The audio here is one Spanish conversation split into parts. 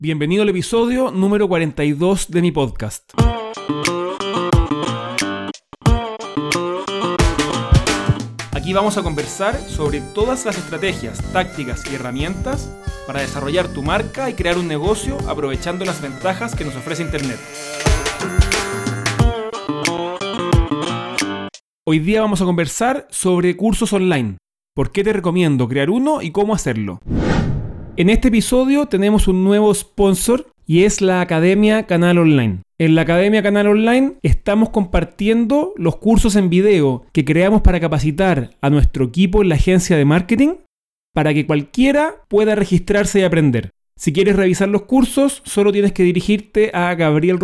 Bienvenido al episodio número 42 de mi podcast. Aquí vamos a conversar sobre todas las estrategias, tácticas y herramientas para desarrollar tu marca y crear un negocio aprovechando las ventajas que nos ofrece Internet. Hoy día vamos a conversar sobre cursos online, por qué te recomiendo crear uno y cómo hacerlo. En este episodio tenemos un nuevo sponsor y es la Academia Canal Online. En la Academia Canal Online estamos compartiendo los cursos en video que creamos para capacitar a nuestro equipo en la agencia de marketing para que cualquiera pueda registrarse y aprender. Si quieres revisar los cursos, solo tienes que dirigirte a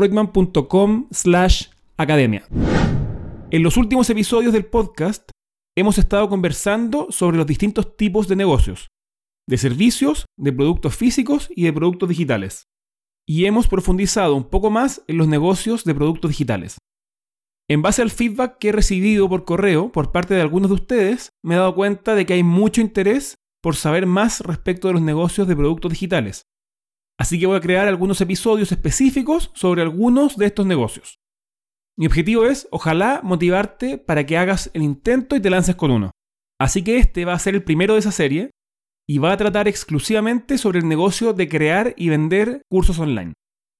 gabrielroitman.com/academia. En los últimos episodios del podcast hemos estado conversando sobre los distintos tipos de negocios, de servicios, de productos físicos y de productos digitales. Y hemos profundizado un poco más en los negocios de productos digitales. En base al feedback que he recibido por correo por parte de algunos de ustedes, me he dado cuenta de que hay mucho interés por saber más respecto de los negocios de productos digitales. Así que voy a crear algunos episodios específicos sobre algunos de estos negocios. Mi objetivo es, ojalá, motivarte para que hagas el intento y te lances con uno. Así que este va a ser el primero de esa serie y va a tratar exclusivamente sobre el negocio de crear y vender cursos online.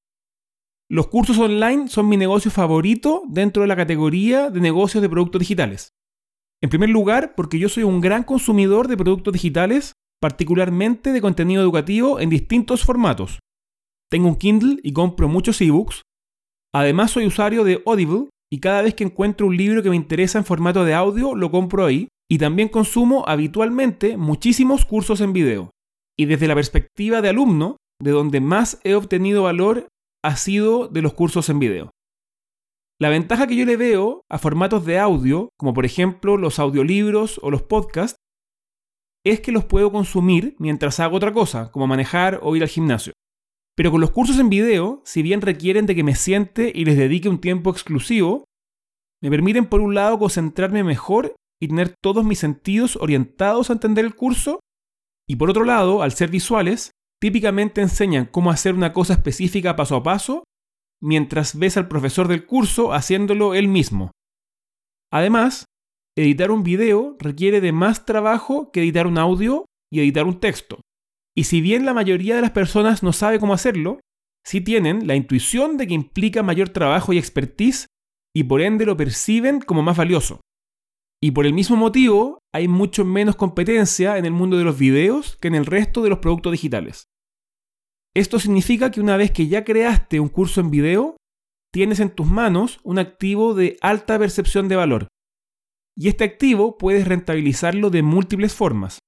Los cursos online son mi negocio favorito dentro de la categoría de negocios de productos digitales. En primer lugar, porque yo soy un gran consumidor de productos digitales, particularmente de contenido educativo en distintos formatos. Tengo un Kindle y compro muchos ebooks. Además, soy usuario de Audible y cada vez que encuentro un libro que me interesa en formato de audio, lo compro ahí. Y también consumo habitualmente muchísimos cursos en video. Y desde la perspectiva de alumno, de donde más he obtenido valor ha sido de los cursos en video. La ventaja que yo le veo a formatos de audio, como por ejemplo los audiolibros o los podcasts, es que los puedo consumir mientras hago otra cosa, como manejar o ir al gimnasio. Pero con los cursos en video, si bien requieren de que me siente y les dedique un tiempo exclusivo, me permiten por un lado concentrarme mejor y tener todos mis sentidos orientados a entender el curso, y por otro lado, al ser visuales, típicamente enseñan cómo hacer una cosa específica paso a paso, mientras ves al profesor del curso haciéndolo él mismo. Además, editar un video requiere de más trabajo que editar un audio y editar un texto. Y si bien la mayoría de las personas no sabe cómo hacerlo, sí tienen la intuición de que implica mayor trabajo y expertise, y por ende lo perciben como más valioso. Y por el mismo motivo, hay mucho menos competencia en el mundo de los videos que en el resto de los productos digitales. Esto significa que una vez que ya creaste un curso en video, tienes en tus manos un activo de alta percepción de valor. Y este activo puedes rentabilizarlo de múltiples formas.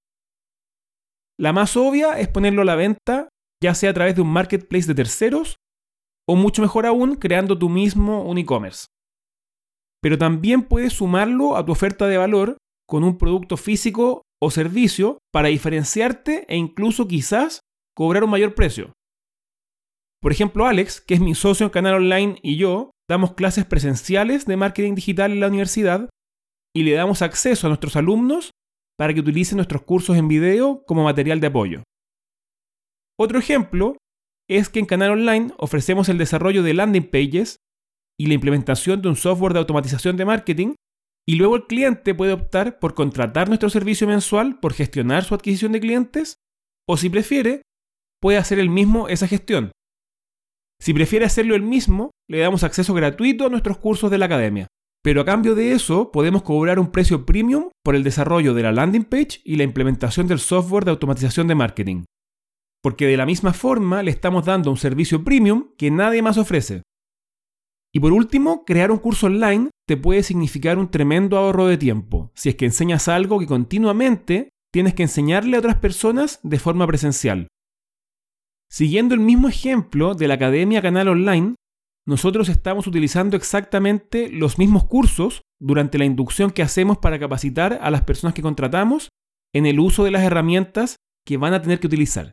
La más obvia es ponerlo a la venta, ya sea a través de un marketplace de terceros, o mucho mejor aún, creando tú mismo un e-commerce. Pero también puedes sumarlo a tu oferta de valor con un producto físico o servicio para diferenciarte e incluso quizás cobrar un mayor precio. Por ejemplo, Alex, que es mi socio en Canal Online, y yo damos clases presenciales de marketing digital en la universidad y le damos acceso a nuestros alumnos para que utilicen nuestros cursos en video como material de apoyo. Otro ejemplo es que en Canal Online ofrecemos el desarrollo de landing pages y la implementación de un software de automatización de marketing, y luego el cliente puede optar por contratar nuestro servicio mensual por gestionar su adquisición de clientes, o si prefiere, puede hacer él mismo esa gestión. Si prefiere hacerlo él mismo, le damos acceso gratuito a nuestros cursos de la academia, pero a cambio de eso podemos cobrar un precio premium por el desarrollo de la landing page y la implementación del software de automatización de marketing, porque de la misma forma le estamos dando un servicio premium que nadie más ofrece. Y por último, crear un curso online te puede significar un tremendo ahorro de tiempo, si es que enseñas algo que continuamente tienes que enseñarle a otras personas de forma presencial. Siguiendo el mismo ejemplo de la Academia Canal Online, nosotros estamos utilizando exactamente los mismos cursos durante la inducción que hacemos para capacitar a las personas que contratamos en el uso de las herramientas que van a tener que utilizar.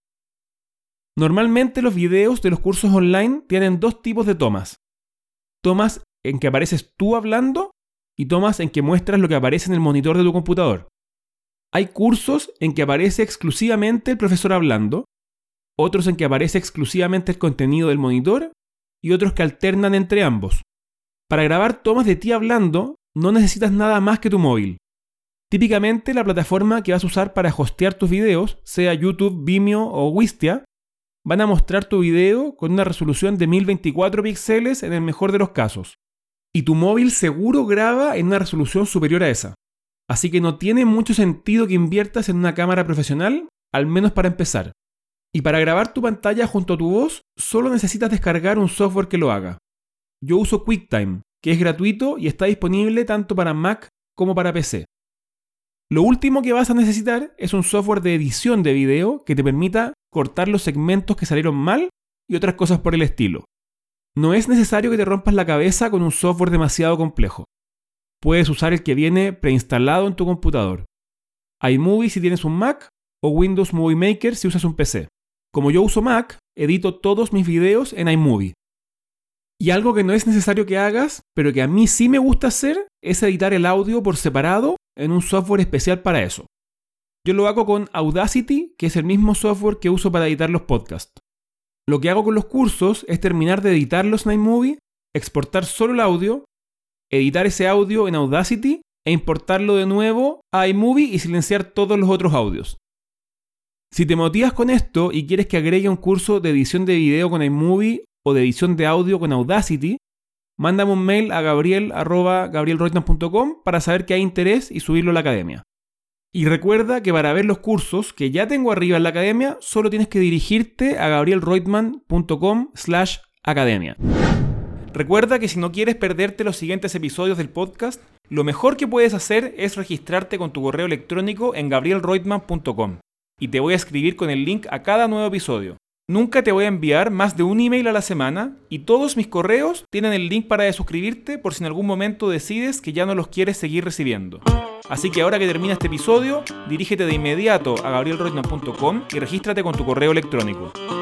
Normalmente los videos de los cursos online tienen dos tipos de tomas. Tomas en que apareces tú hablando y tomas en que muestras lo que aparece en el monitor de tu computador. Hay cursos en que aparece exclusivamente el profesor hablando, otros en que aparece exclusivamente el contenido del monitor y otros que alternan entre ambos. Para grabar tomas de ti hablando, no necesitas nada más que tu móvil. Típicamente la plataforma que vas a usar para hostear tus videos, sea YouTube, Vimeo o Wistia, van a mostrar tu video con una resolución de 1024 píxeles en el mejor de los casos. Y tu móvil seguro graba en una resolución superior a esa. Así que no tiene mucho sentido que inviertas en una cámara profesional, al menos para empezar. Y para grabar tu pantalla junto a tu voz, solo necesitas descargar un software que lo haga. Yo uso QuickTime, que es gratuito y está disponible tanto para Mac como para PC. Lo último que vas a necesitar es un software de edición de video que te permita cortar los segmentos que salieron mal y otras cosas por el estilo. No es necesario que te rompas la cabeza con un software demasiado complejo. Puedes usar el que viene preinstalado en tu computador. iMovie si tienes un Mac o Windows Movie Maker si usas un PC. Como yo uso Mac, edito todos mis videos en iMovie. Y algo que no es necesario que hagas, pero que a mí sí me gusta hacer, es editar el audio por separado en un software especial para eso. Yo lo hago con Audacity, que es el mismo software que uso para editar los podcasts. Lo que hago con los cursos es terminar de editarlos en iMovie, exportar solo el audio, editar ese audio en Audacity e importarlo de nuevo a iMovie y silenciar todos los otros audios. Si te motivas con esto y quieres que agregue un curso de edición de video con iMovie o de edición de audio con Audacity, mándame un mail a gabriel@gabrielroitman.com para saber que hay interés y subirlo a la academia. Y recuerda que para ver los cursos que ya tengo arriba en la academia, solo tienes que dirigirte a gabrielroitman.com/academia. Recuerda que si no quieres perderte los siguientes episodios del podcast, lo mejor que puedes hacer es registrarte con tu correo electrónico en gabrielroitman.com y te voy a escribir con el link a cada nuevo episodio. Nunca te voy a enviar más de un email a la semana y todos mis correos tienen el link para suscribirte por si en algún momento decides que ya no los quieres seguir recibiendo. Así que ahora que termina este episodio, dirígete de inmediato a gabrielroitman.com y regístrate con tu correo electrónico.